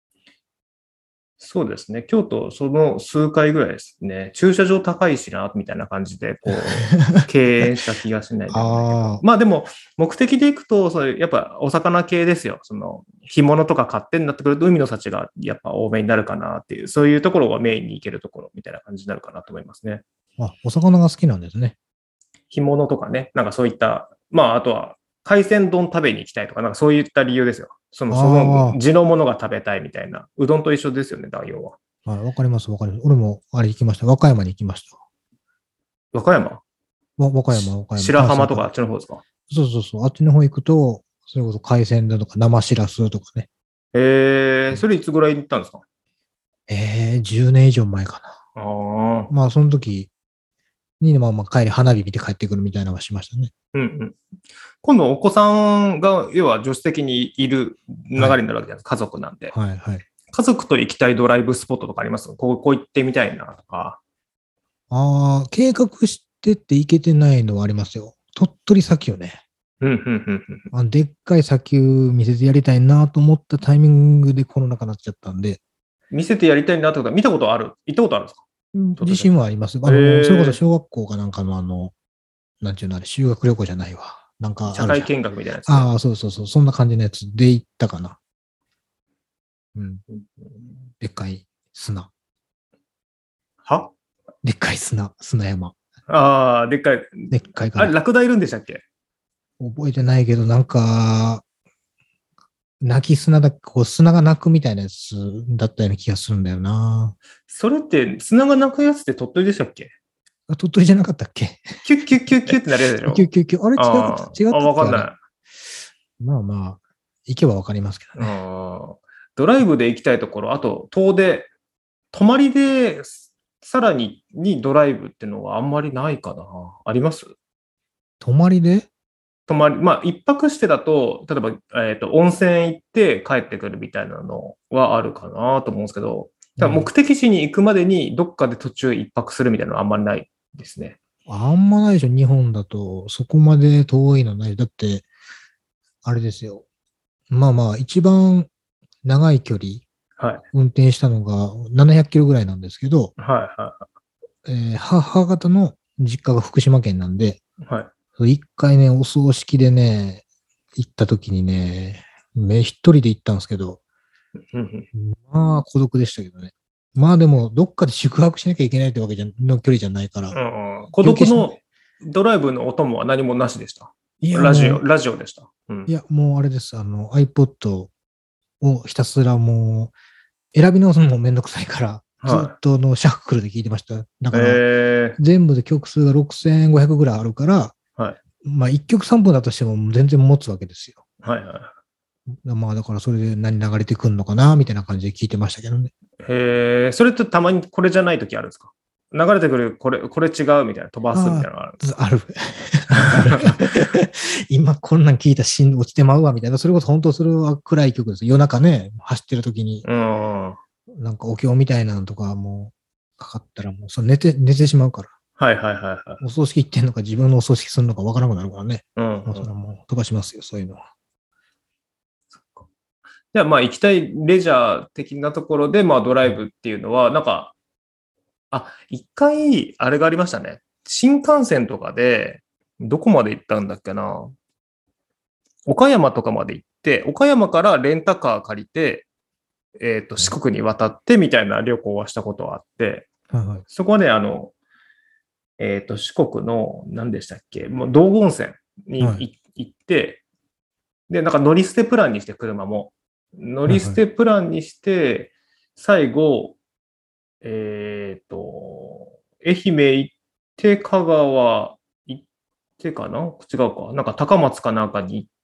そうですね、京都その数回ぐらいですね、駐車場高いしな、みたいな感じで、こう、敬遠した気がしないでもないけど。でも、目的で行くと、それやっぱお魚系ですよ。その、干物とか買ってんだってくると、海の幸がやっぱ多めになるかなっていう、そういうところがメインに行けるところみたいな感じになるかなと思いますね。 お魚が好きなんですね。 干物とかね、なんかそういった、あとは、海鮮丼食べに行きたいとか、なんかそういった理由ですよ。その地のものが食べたいみたいな。うどんと一緒ですよね、代用は。 わかります。俺もあれ行きました。和歌山に行きました。 和歌山？ 和歌山。 白浜とかあっちの方ですか？ そう。あっちの方行くと、それこそ海鮮だとか生しらすとかね。 それいつぐらいに行ったんですか ？10年以上前かな。その時、 に、まあ帰り花火見て帰ってくるみたいなのはしましたね。 うんうん。今度お子さんが、要は助手席にいる流れになるわけじゃないですか、家族なんで。 はいはい。 家族と行きたいドライブスポットとかあります？こう行ってみたいなとか。 ああ、計画してって行けてないのはありますよ。鳥取砂丘ね。でっかい砂丘見せてやりたいなと思ったタイミングでコロナ禍になっちゃったんで。 見せてやりたいなってことは見たことある？行ったことあるんですか？ 自信はあります。それこそ小学校かなんかのなんていうのあれ、修学旅行じゃないわ。なんかあるじゃん。 社会見学みたいなやつ、ね。 ああ、そう。そんな感じのやつで行ったかな。うん。でっかい砂。 は？ でっかい砂山。 ああ、でっかい。 でっかいから。 あれ、ラクダいるんでしたっけ？ 覚えてないけど、なんか、泣き砂だ、こう砂が泣くみたいなやつだったような気がするんだよな。 それって、砂が鳴くやつって鳥取でしたっけ？ 鳥取じゃなかったっけ？ キュッキュッキュッキュッってなるやつでしょ？ キュッキュッキュッ。あれ違ったっけ？ わかんない。 まあ、行けばわかりますけどね。 ドライブで行きたいところ、あと、遠出、泊まりで、さらにドライブっていうのはあんまりないかな。あります？ 泊まりで？ まあ、一泊してだと、例えば、温泉行って帰ってくるみたいなのはあるかなと思うんですけど、ただ目的地に行くまでにどっかで途中一泊するみたいなのはあんまりないですね。 あんまないでしょ、日本だと。そこまで遠いのない。だって、あれですよ。まあ、一番長い距離、運転したのが700キロぐらいなんですけど、母方の実家が福島県なんで、一回ね、お葬式でね、行った時にね、一人で行ったんですけど、まあ孤独でしたけどね。まあでも、どっかで宿泊しなきゃいけないってわけの距離じゃないから。 孤独のドライブのお供は何もなしでした。ラジオでした。 いや、もうあれです。iPod をひたすらもう、選び直すのもめんどくさいから、ずっとシャッフルで聞いてました。だから、全部で曲数が6500ぐらいあるから、まあ1曲3分だとしても全然持つわけですよ。まあだからそれで何流れてくんのかなみたいな感じで聞いてましたけどね。 それってたまにこれじゃない時あるんですか？流れてくるこれ違うみたいな、飛ばすみたいなのがあるんですか？ ある。今こんなん聞いたら落ちてまうわみたいな、それこそ本当それは暗い曲です。夜中ね、走ってる時に、なんかお経みたいなのとかもうかかったらもうそれ寝てしまうから。お葬式行ってんのか自分のお葬式するのかわからなくなるからね。それはもう飛ばしますよ、そういうのは。 じゃあまあ行きたいレジャー的なところでまあドライブっていうのはなんか、一回あれがありましたね。新幹線とかでどこまで行ったんだっけな。岡山とかまで行って、岡山からレンタカー借りて、四国に渡ってみたいな旅行はしたことがあって、そこはね、四国の何でしたっけ、もう道後温泉に行って、で、なんか乗り捨てプランにして、車も。乗り捨てプランにして、最後、愛媛行って、香川行ってかな？違うか。なんか高松かなんかに行って、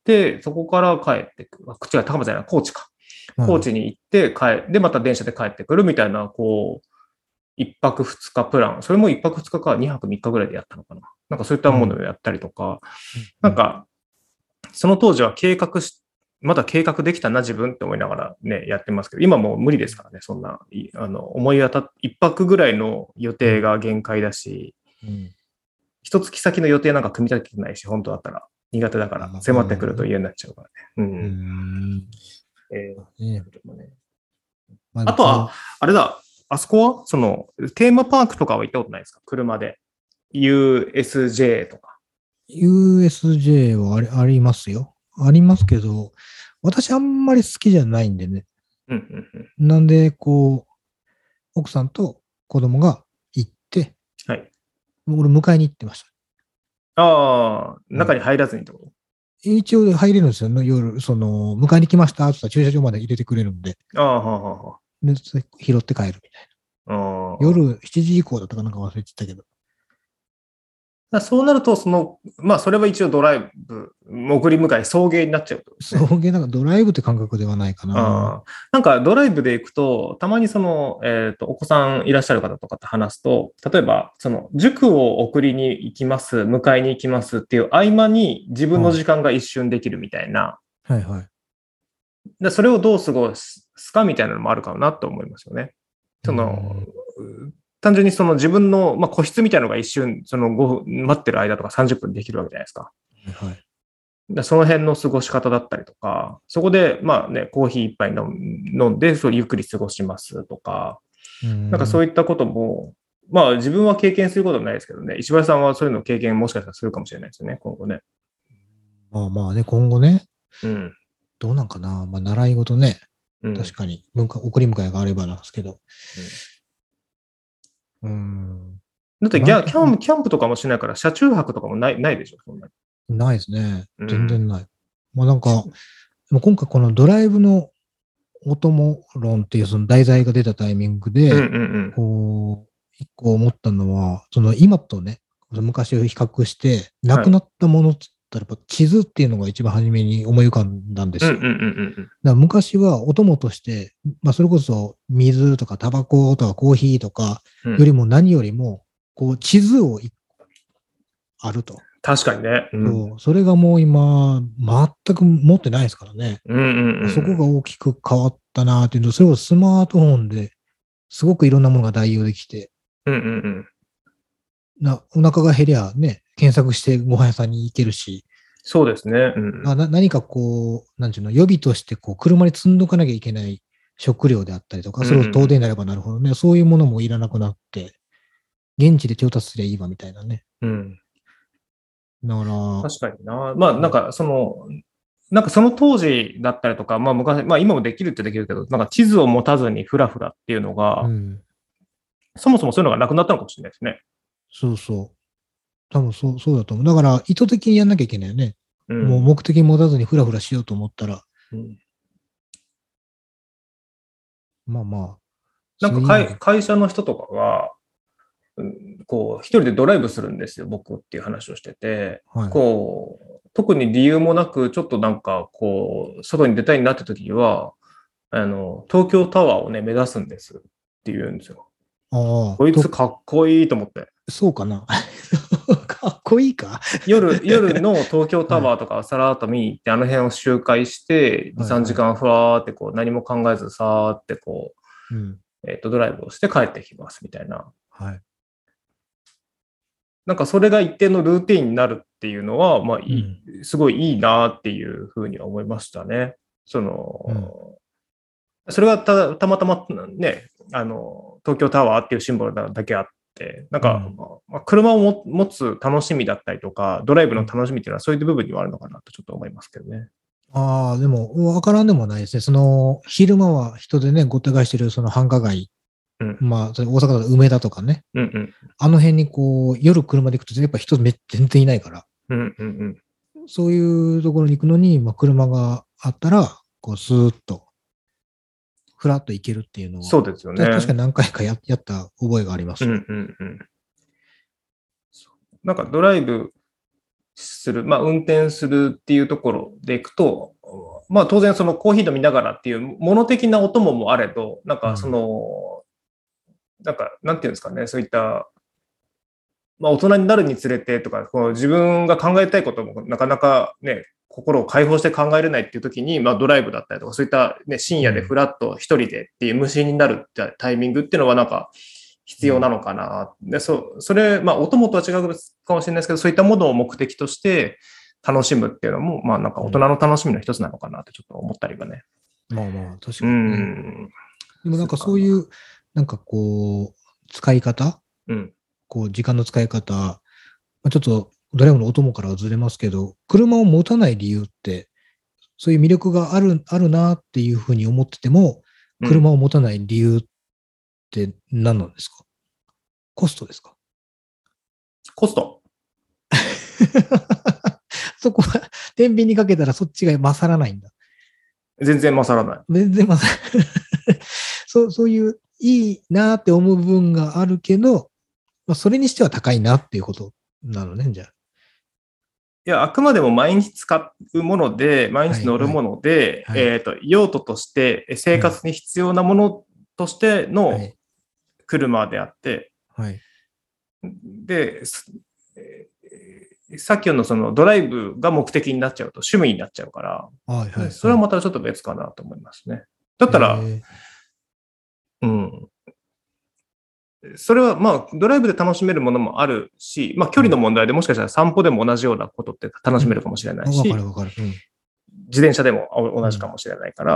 そこから帰ってくる。違う、高松じゃない、高知か。高知に行ってで、また電車で帰ってくるみたいな、こう、一泊二日プラン。それも一泊二日か二泊三日ぐらいでやったのかな。なんかそういったものをやったりとか、なんか、その当時はまだ計画できたな、自分って思いながらね、やってますけど、今もう無理ですからね、そんな、一泊ぐらいの予定が限界だし、一月先の予定なんか組み立ててないし、本当だったら苦手だから、迫ってくると嫌になっちゃうからね。あとは、あれだ、あそこはテーマパークとかは行ったことないですか？車で。USJ とか。 USJ はありますよ。ありますけど、私あんまり好きじゃないんでね。なんで、奥さんと子供が行って、俺迎えに行ってました。 中に入らずにってこと？ 一応入れるんですよ。夜、迎えに来ましたって言ったら駐車場まで入れてくれるんで。で、拾って帰るみたいな。夜7時以降だったかなんか忘れてたけど。 そうなると、まあ、それは一応ドライブ送り迎え、送迎になっちゃうと、 送迎なんかドライブって感覚ではないかな。 なんかドライブで行くと、たまにお子さんいらっしゃる方とかと話すと、例えば、塾を送りに行きます、迎えに行きますっていう合間に自分の時間が一瞬できるみたいな。 はいはい。 でそれをどう過ごすかみたいなのもあるかなと思いますよね。単純に自分の、個室みたいなのが一瞬、5分待ってる間とか30分できるわけじゃないですか。 はい。 その辺の過ごし方だったりとか、そこで、コーヒー一杯飲んで、ゆっくり過ごしますとか、なんかそういったことも、自分は経験することはないですけどね、石橋さんはそういうのを経験もしかしたらするかもしれないですよね、今後ね。 まあね、今後ね。 うん。 どうなんかな。習い事ね。確かに、送り迎えがあればなんですけど。 だってキャンプとかもしないから、車中泊とかもないでしょ、そんなに。 ないですね。全然ない。なんか、今回このドライブのお供論っていうその題材が出たタイミングで、一個思ったのは、今とね、昔を比較して、なくなったものって言ったら、地図っていうのが一番初めに思い浮かんだんですよ。だから昔はお供として、それこそ水とかタバコとかコーヒーとかよりも何よりも、地図をあると。 確かにね。 それがもう今、全く持ってないですからね。そこが大きく変わったなっていうの、それをスマートフォンですごくいろんなものが代用できて、お腹が減りゃね、検索してご飯屋さんに行けるし、 そうですね。 何かなんていうの、予備として車に積んどかなきゃいけない食料であったりとか、それを遠出になればなるほどね、そういうものもいらなくなって、現地で調達すりゃいいわみたいなね。だから。 確かにな。なんかその当時だったりとか、昔、今もできるってできるけど、なんか地図を持たずにフラフラっていうのが、そもそもそういうのがなくなったのかもしれないですね。 そうそう。多分そうだと思う。だから意図的にやんなきゃいけないよね。もう目的持たずにフラフラしようと思ったら。 なんか会社の人とかが、一人でドライブするんですよ、僕っていう話をしてて、特に理由もなく、ちょっとなんか、外に出たいなって時には、東京タワーをね、目指すんですって言うんですよ。こいつかっこいいと思って。 そうかな。かっこいいか夜の東京タワーとかさらっと見に行って、あの辺を周回して、2、3時間ふわーって何も考えずさーってドライブをして帰ってきますみたいな。なんかそれが一定のルーティーンになるっていうのは、すごいいいなっていうふうには思いましたね。それがたまたまね、東京タワーっていうシンボルだけあって、なんか、車を持つ楽しみだったりとか、ドライブの楽しみっていうのはそういう部分にはあるのかなとちょっと思いますけどね。 でも、わからんでもないですね。昼間は人でね、ごった返してる繁華街。大阪だと梅田とかね。あの辺に夜車で行くと、やっぱ人全然いないから。そういうところに行くのに、車があったら、スーッと、ふらっと行けるっていうのは。 そうですよね。 確かに何回かやった覚えがあります。 なんかドライブする、運転するっていうところでいくと、当然コーヒー飲みながらっていう物的なお供もあれど、なんかなんか、なんていうんですかね、そういった、大人になるにつれてとか、自分が考えたいこともなかなかね、心を解放して考えれないっていう時に、ドライブだったりとか、そういった、ね、深夜でフラッと一人でっていう無心になるタイミングっていうのはなんか必要なのかな。でそれ、お供とは違うかもしれないですけど、そういったものを目的として楽しむっていうのも、なんか大人の楽しみの一つなのかなってちょっと思ったりはね。 確かに。でもなんかそういう、なんか使い方、時間の使い方、ちょっとドライブのお供からはずれますけど、車を持たない理由って、そういう魅力があるなっていうふうに思ってても、車を持たない理由って何なんですか？コストですか？ コストそこは、天秤にかけたらそっちが勝らないんだ。 全然勝らない。 全然勝らない。そういういいなって思う部分があるけど、それにしては高いなっていうことなのね、じゃあ。 いや、あくまでも毎日使うもので、毎日乗るもので、用途として生活に必要なものとしての車であって、で、さっきのそのドライブが目的になっちゃうと趣味になっちゃうから、それはまたちょっと別かなと思いますね。だったら、それはまあドライブで楽しめるものもあるし、まあ距離の問題でもしかしたら散歩でも同じようなことって楽しめるかもしれないし、自転車でも同じかもしれないから、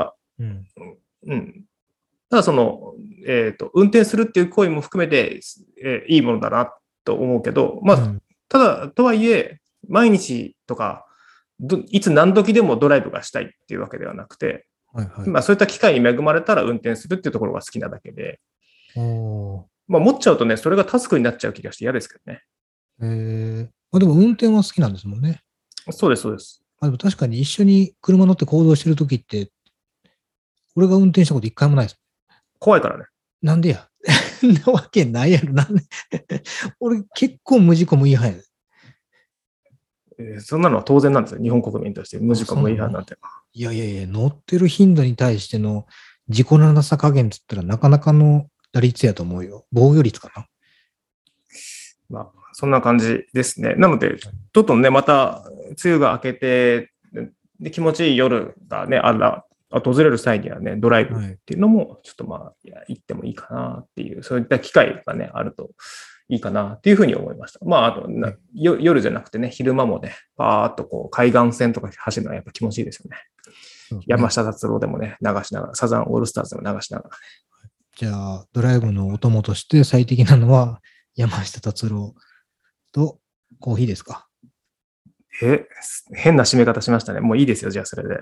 ただその、運転するっていう行為も含めて、いいものだなと思うけど、まあ、ただとはいえ、毎日とか、いつ何時でもドライブがしたいっていうわけではなくて、まあそういった機会に恵まれたら運転するっていうところが好きなだけで、まあ、持っちゃうとね、それがタスクになっちゃう気がして嫌ですけどね。 でも運転は好きなんですもんね。 そうです、そうです。 でも確かに一緒に車乗って行動してるときって、俺が運転したこと一回もないです。 怖いからね。 なんでやなわけないやろ。なんで俺結構無事故無違反やで。そんなのは当然なんですよ。日本国民として無事故無違反なんて。 いや、乗ってる頻度に対しての事故のなさ加減って言ったらなかなかの打率やと思うよ。防御率かな。 まあ、そんな感じですね。なので、どんどんね、また梅雨が明けて、で気持ちいい夜がね、訪れる際にはね、ドライブっていうのも、ちょっとまあ、行ってもいいかなっていう、そういった機会がね、あるといいかなっていうふうに思いました。まあ、あと、夜じゃなくてね、昼間もね、パーっとこう、海岸線とか走るのはやっぱ気持ちいいですよね。山下達郎でもね、流しながら、サザンオールスターズでも流しながらね。 じゃあ、ドライブのお供として最適なのは、山下達郎とコーヒーですか？ 変な締め方しましたね。もういいですよ、じゃあそれで。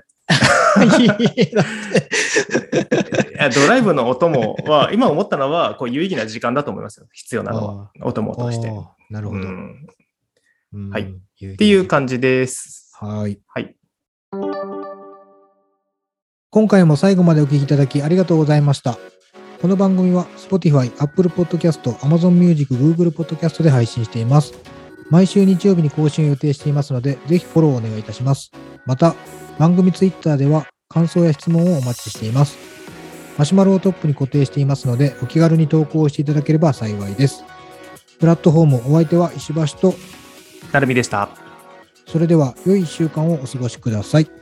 ドライブのお供は、今思ったのは、こう有意義な時間だと思いますよ。必要なのは、お供として。 なるほど。 はい。っていう感じです。 はい。今回も最後までお聞きいただきありがとうございました。この番組は Spotify、Apple Podcast、Amazon Music、Google Podcast で配信しています。毎週日曜日に更新を予定していますので、ぜひフォローをお願いいたします。また、番組 Twitter では感想や質問をお待ちしています。マシュマロをトップに固定していますので、お気軽に投稿していただければ幸いです。プラットフォームお相手は石橋となるみでした。 それでは良い1週間をお過ごしください。